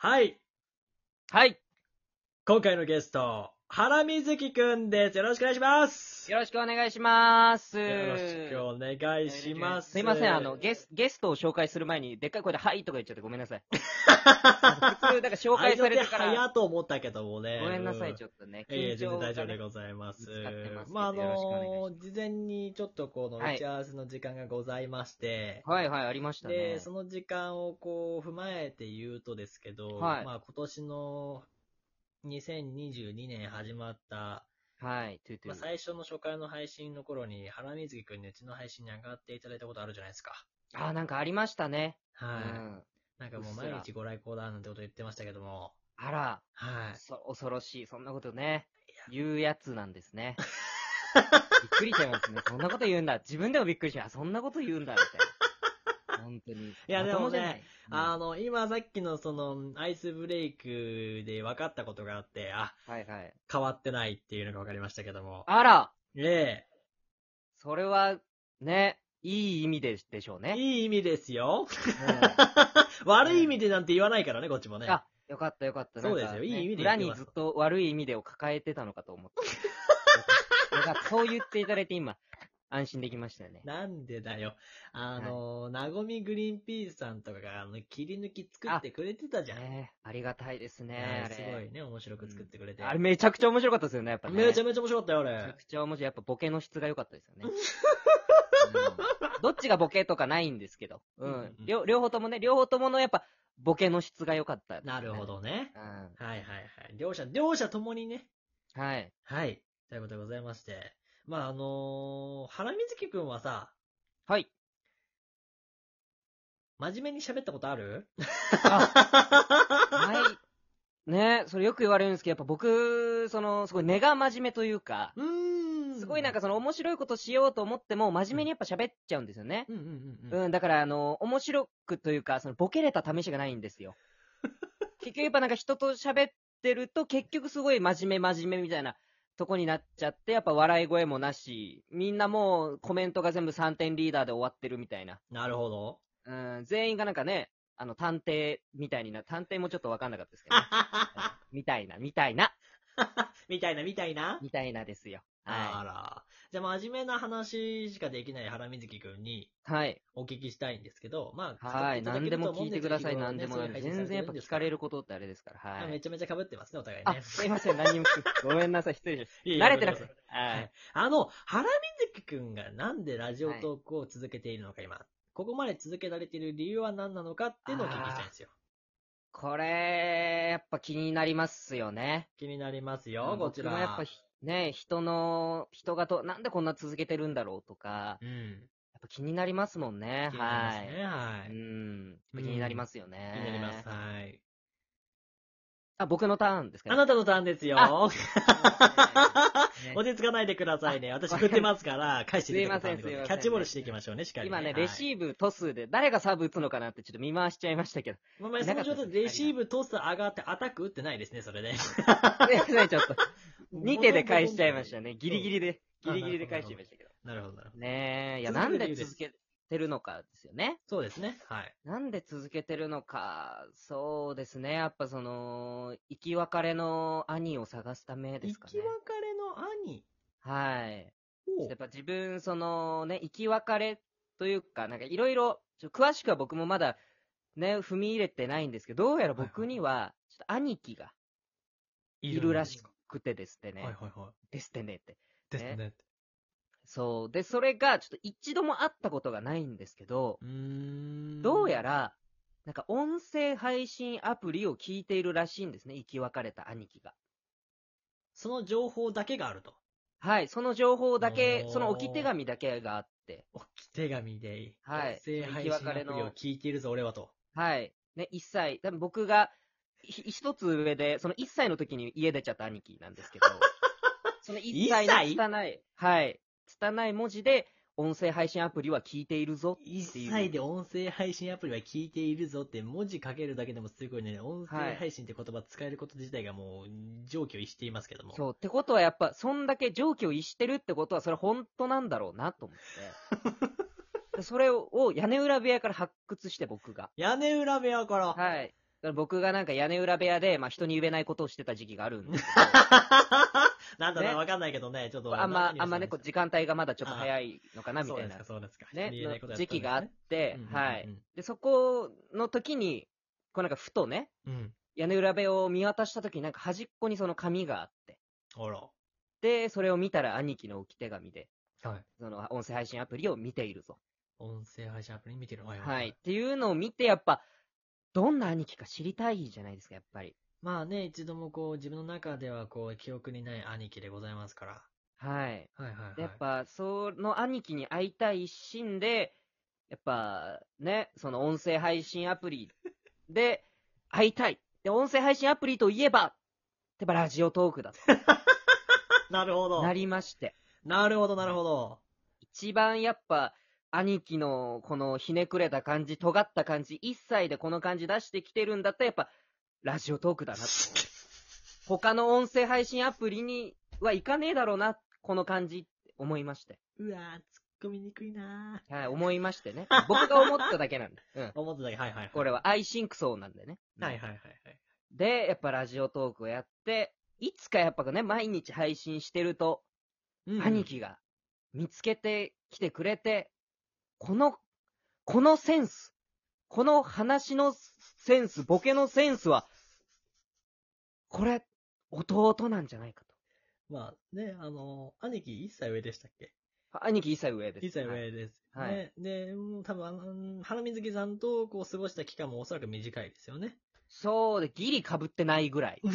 はい。 はい。 今回のゲスト、原水木くんです。よろしくお願いします。 よろしくお願いします。 よろしくお願いします。 すいません、ゲストを紹介する前に、でっかい声で、はいとか言っちゃってごめんなさい。普通、だから紹介されてから、 早と思ったけどもね。 ごめんなさい、ちょっとね、緊全然大丈夫で張がね、 ございます。 使ってますけど、よろしくお願いします。 事前にちょっとこの打ち合わせの時間がございまして、 はいはい、ありましたね。 で、その時間をこう踏まえて言うとですけど、 はい。 今年の2022年始まった、 はい、トゥトゥ。 最初の初回の配信の頃に、原水木くんにうちの配信に上がっていただいたことあるじゃないですか。 なんかありましたね。 はい。 うん。 なんかもう毎日ご来光だなんてこと言ってましたけども。 あら、 はい。 恐ろしい。そんなことね、言うやつなんですね。びっくりしちゃいますね。そんなこと言うんだ。自分でもびっくりします。そんなこと言うんだ、みたいな。本当に。 いや、 までもね、 ともじゃない。 今さっきのその、アイスブレイクで分かったことがあって、 はいはい。 変わってないっていうのが分かりましたけども。 あら、 えそれは、ね、いい意味でしょうね。 いい意味ですよ。 うん。 悪い意味でなんて言わないからね、こっちもね。 よかったよかった。 そうですよ、いい意味で言裏ってます。 にずっと悪い意味でを抱えてたのかと思って。よかった。そう言っていただいて今、安心できましたよね。 なんでだよ。なごみグリーンピースさんとかが、切り抜き作ってくれてたじゃん。 ありがたいですね、あれ。 すごいね、面白く作ってくれて。 あれめちゃくちゃ面白かったですよね、やっぱね。 めちゃめちゃ面白かったよ、あめちゃれ。 くちゃ面白い。やっぱボケの質が良かったですよね。どっちがボケとかないんですけど。両方ともね、両方とものやっぱ、ボケの質が良かった、 なるほどね。 うん。 はいはいはい。両者ともにね。 はい。 はい。ということでございまして。原水木くんはさ、 はい。 真面目に喋ったことある？ ない。ね、それよく言われるんですけど、やっぱ僕、すごい根が真面目というか、すごいなんか面白いことしようと思っても、真面目にやっぱ喋っちゃうんですよね。だから面白くというか、ボケれた試しがないんですよ。結局やっぱなんか人と喋ってると、結局すごい真面目みたいなとこになっちゃって、やっぱ笑い声もなし、みんなもうコメントが全部3点リーダーで終わってるみたいな。 なるほど。 全員がなんかね、探偵みたいに探偵もちょっとわかんなかったですけどね。みたいな。 みたいなですよ。 あら。じゃあ真面目な話しかできない原水木くんに、 はい。 お聞きしたいんですけど、使ってはい。 いただけ何でもると思うんですよ。 聞いてください。 日頃ね、 何でもそういう配信されて全然やっぱるんですから。 聞かれることってあれですから。はい。 めちゃめちゃ被ってますね、お互いね。 すいません。何にもごめんなさい。失礼しました。 い慣れてなくて。 はい。原水木くんがなんでラジオトークを続けているのか、今。ここまで続けられている理由は何なのかっていうのをお聞きしたいんですよ。 これ、やっぱ気になりますよね。 気になりますよ、こちら。 僕もやっぱね、人がなんでこんな続けてるんだろうとか、 うん。 やっぱ気になりますもんね。 気になりますね、はい。 やっぱ気になりますよね。 気になります、はい。 僕のターンですかね。 あなたのターンですよ。落ち着かないでくださいね。私振ってますから、返していただくターンでございます。キャッチボールしていきましょうね、しっかり。 今ね、レシーブ、トスで、誰がサーブ打つのかなってちょっと見回しちゃいましたけど。 その状態でレシーブ、トス上がってアタック打ってないですね、それね。 ちょっと。2手で返しちゃいましたね。ギリギリで返しちゃいましたけど。 なるほど。 ねえ、いや、なんで続けてるのかですよね。 そうですね。はい。 なんで続けてるのか、そうですね。やっぱ生き別れの兄を探すためですかね。 生き別れの兄。 はい。やっぱ自分、生き別れというか、なんかいろいろ、詳しくは僕もまだね、踏み入れてないんですけど、どうやら僕には、ちょっと兄貴がいるらしくてですね。ですってねって。 ですね。 そう。で、それがちょっと一度も会ったことがないんですけど、どうやら、なんか音声配信アプリを聞いているらしいんですね。生き別れた兄貴が。 その情報だけがあると。 はい。その情報だけ、その置き手紙だけがあって。 置き手紙で、 はい。 音声配信アプリを聞いているぞ、俺はと。 はい。ね、1歳。多分僕が、一つ上で、その1歳の時に家出ちゃった兄貴なんですけど、その1歳の拙い、はい。拙い文字で、音声配信アプリは聞いているぞっていう。 1歳で音声配信アプリは聞いているぞって文字書けるだけでもすごいね、音声配信って言葉使えること自体がもう常軌を逸していますけども。 そう。ってことはやっぱ、そんだけ常軌を逸してるってことは、それ本当なんだろうなと思って。それを屋根裏部屋から発掘して僕が。 屋根裏部屋から。 はい。 から僕がなんか屋根裏部屋で、まあ人に言えないことをしてた時期があるんですけなんだろう、わかんないけどね、ちょっと。 あんまね、時間帯がまだちょっと早いのかな、みたいな。 そうですか。 ね、時期があって、はい。で、そこの時に、なんかふとね、屋根裏部屋を見渡した時になんか端っこにその紙があって。 あら。 で、それを見たら兄貴の置き手紙で、 はい。 その音声配信アプリを見ているぞ。 音声配信アプリ見てる。 はい。っていうのを見て、やっぱ、どんな兄貴か知りたいじゃないですか、やっぱり。 まあね、一度も自分の中では記憶にない兄貴でございますから。 はい。やっぱ、その兄貴に会いたい一心で、やっぱ、ね、その音声配信アプリで会いたい。で、音声配信アプリといえば、やっぱラジオトークだと。 なるほど。 なりまして。 なるほど。 一番やっぱ、兄貴のこのひねくれた感じ、尖った感じ、一切でこの感じ出してきてるんだったらやっぱ、ラジオトークだなと。他の音声配信アプリにはいかねえだろうな、この感じって思いまして。 うわぁ、突っ込みにくいなぁ。はい、思いましてね。僕が思っただけなんで。 思っただけ、はい。 これはアイシンクソーなんでね。 はい。 で、やっぱラジオトークをやって、いつかやっぱね、毎日配信してると、兄貴が見つけてきてくれて、このセンス、この話のセンス、ボケのセンスは、これ、弟なんじゃないかと。 まあね、兄貴1歳上でしたっけ？ 兄貴1歳上です。 1歳上です。 はい。 ね、で、多分、花水木さんと過ごした期間もおそらく短いですよね。 そうで、ギリ被ってないぐらい。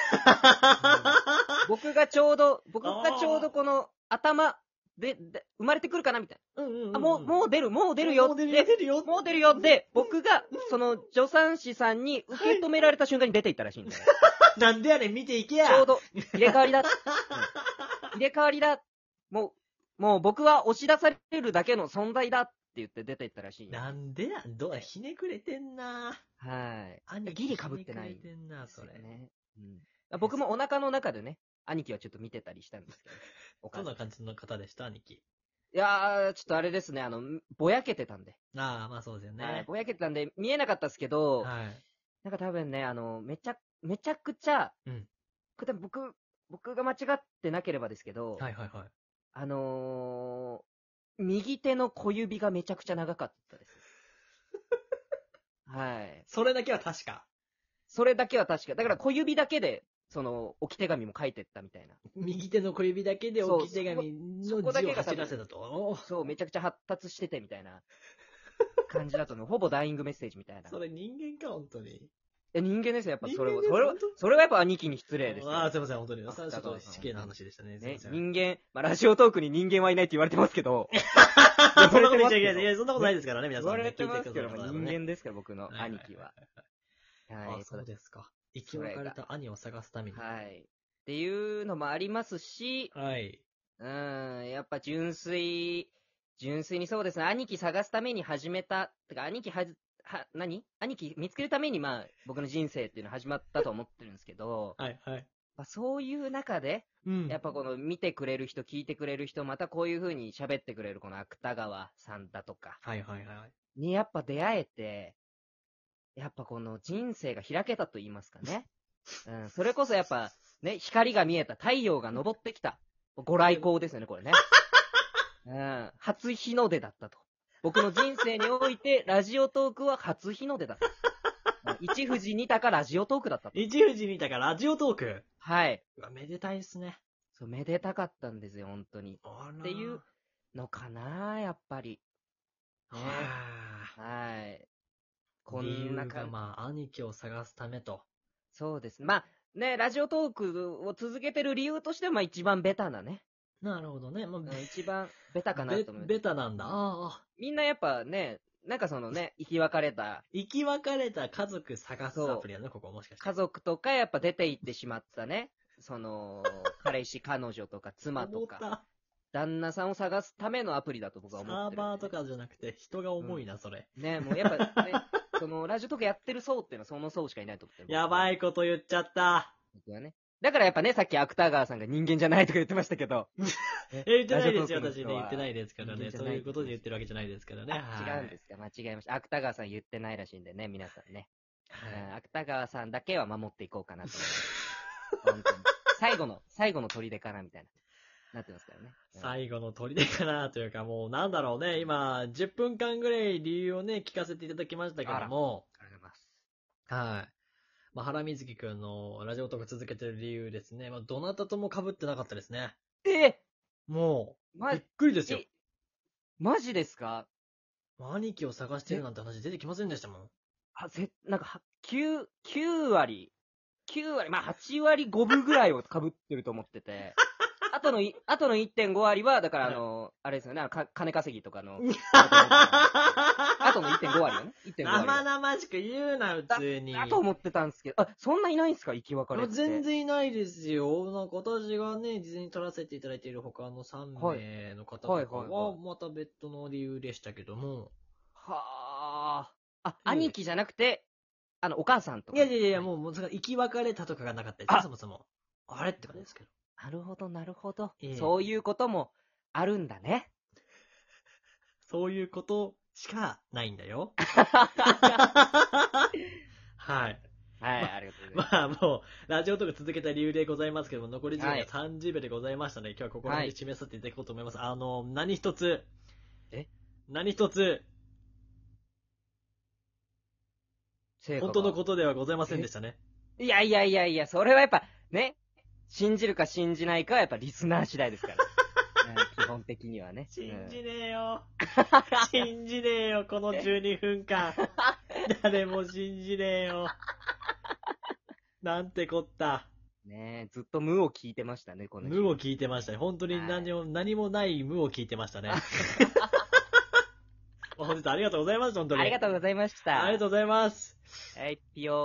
僕がちょうどこの頭で生まれてくるかなみたいな。もう出るよ。もう出るよって、僕が、その助産師さんに受け止められた瞬間に出ていったらしいんだよ。 なんでやねん、見ていけや。 ちょうど、入れ替わりだ。入れ替わりだ。もう僕は押し出されるだけの存在だって言って出ていったらしい。 なんでや、ひねくれてんな。 はい。ギリ被ってない。 ひねくれてんな、それ。 ね。僕もお腹の中でね、兄貴はちょっと見てたりしたんですけど。 どんな感じの方でした、兄貴？ いやー、ちょっとあれですね、ぼやけてたんで。 ああ、まあそうですよね。 はい、ぼやけてたんで、見えなかったですけど、 はい。 なんか多分ね、めちゃくちゃ、これ僕が間違ってなければですけど、 はい。 右手の小指がめちゃくちゃ長かったです。はい。 それだけは確か。 だから小指だけで、置き手紙も書いてったみたいな。 右手の小指だけで置き手紙の字を走らせたと。 そう、めちゃくちゃ発達しててみたいな感じだとね、ほぼダイイングメッセージみたいな。 それ人間か、本当に。 人間ですよ、やっぱそれはやっぱ兄貴に失礼です。 ああ、すいません、本当に。ちょっと死刑の話でしたね。 人間、ラジオトークに人間はいないって言われてますけど。 そんなこと言っちゃいけない。いや、そんなことないですからね、皆さん。 言われてますけど、人間ですから、僕の兄貴は。 はい。そうですか。生き別れた兄を探すために。 はい。っていうのもありますし、 はい。 やっぱ純粋にそうですね、兄貴探すために始めた、てか兄貴見つけるために僕の人生っていうの始まったと思ってるんですけど、 はい。 そういう中で、やっぱこの見てくれる人、聞いてくれる人、またこういう風に喋ってくれるこの芥川さんだとか、にやっぱ出会えて、やっぱこの人生が開けたと言いますかね。それこそやっぱね、光が見えた、太陽が昇ってきた。ご来光ですよね、これね。初日の出だったと。僕の人生において、ラジオトークは初日の出だった。一富士二鷹ラジオトークだったと。 一富士二鷹ラジオトーク。 はい。 めでたいですね。 そう、めでたかったんですよ、本当に。っていうのかな、やっぱり。はい。 こんなか、兄貴を探すためと。 そうです。ラジオトークを続けてる理由としては、一番ベタなね。 なるほどね。 一番ベタかなと思う。 ベタなんだ。 みんなやっぱね、なんか生き別れた家族探すアプリやね、ここもしかして。 家族とかやっぱ出て行ってしまったね。彼氏、彼女とか妻とか。旦那さんを探すためのアプリだと僕は思ってる。 サーバーとかじゃなくて人が重いな、それ。 ね、もうやっぱね、ラジオとかやってる層っていうのはその層しかいないと思ってる。 やばいこと言っちゃった。 僕はね。だからやっぱね、さっき芥川さんが人間じゃないとか言ってましたけど。 言ってないですよ、私ね。言ってないですからね。そういうことで言ってるわけじゃないですからね。 違うんですか、間違えました。芥川さん言ってないらしいんでね、皆さんね。芥北川さんだけは守っていこうかなと思います。本当に。最後の砦かな、みたいな。なってますからね。 最後の砦かなというか、もうなんだろうね、今、10分間ぐらい理由をね、聞かせていただきましたけども、 ありがとうございます。 はい。まあ、原水木くんのラジオトーク続けてる理由ですね。まあ、どなたとも被ってなかったですね。もう、びっくりですよ。 マジですか？ 兄貴を探してるなんて話出てきませんでしたもん。 なんか、9割、まあ8割5分ぐらいを被ってると思ってて、あとの 1.5 割は、だからあれですよね、金稼ぎとかの、あとの 1.5 割はね、1.5割は。 生々しく言うな、普通に。 だと思ってたんですけど、そんないないんですか、生き別れって。 全然いないですよ。なんか私がね、事前に撮らせていただいている他の3名の方とかは、また別途の理由でしたけども。 はあ。兄貴じゃなくて、お母さんとか。 いや、もう、生き別れたとかがなかったですね、そもそも。あれって感じですけど。 なるほど。そういうこともあるんだね。 そういうことしかないんだよ。はい。 ありがとうございます。 まあ、もう、ラジオトーク続けた理由でございますけども、残り時間が30秒でございましたので、今日はここら辺で締めさせていただこうと思います。何一つ、本当のことではございませんでしたね。 いや、それはやっぱ、ね、信じるか信じないかはやっぱリスナー次第ですから。基本的にはね。 信じねえよ。信じねえよ、この12分間。誰も信じねえよ。なんてこった。 ねえ、ずっと無を聞いてましたね、この無を聞いてましたね。本当に何もない無を聞いてましたね。本日ありがとうございました、本当に。 ありがとうございました。 ありがとうございます。 はい、ピヨー。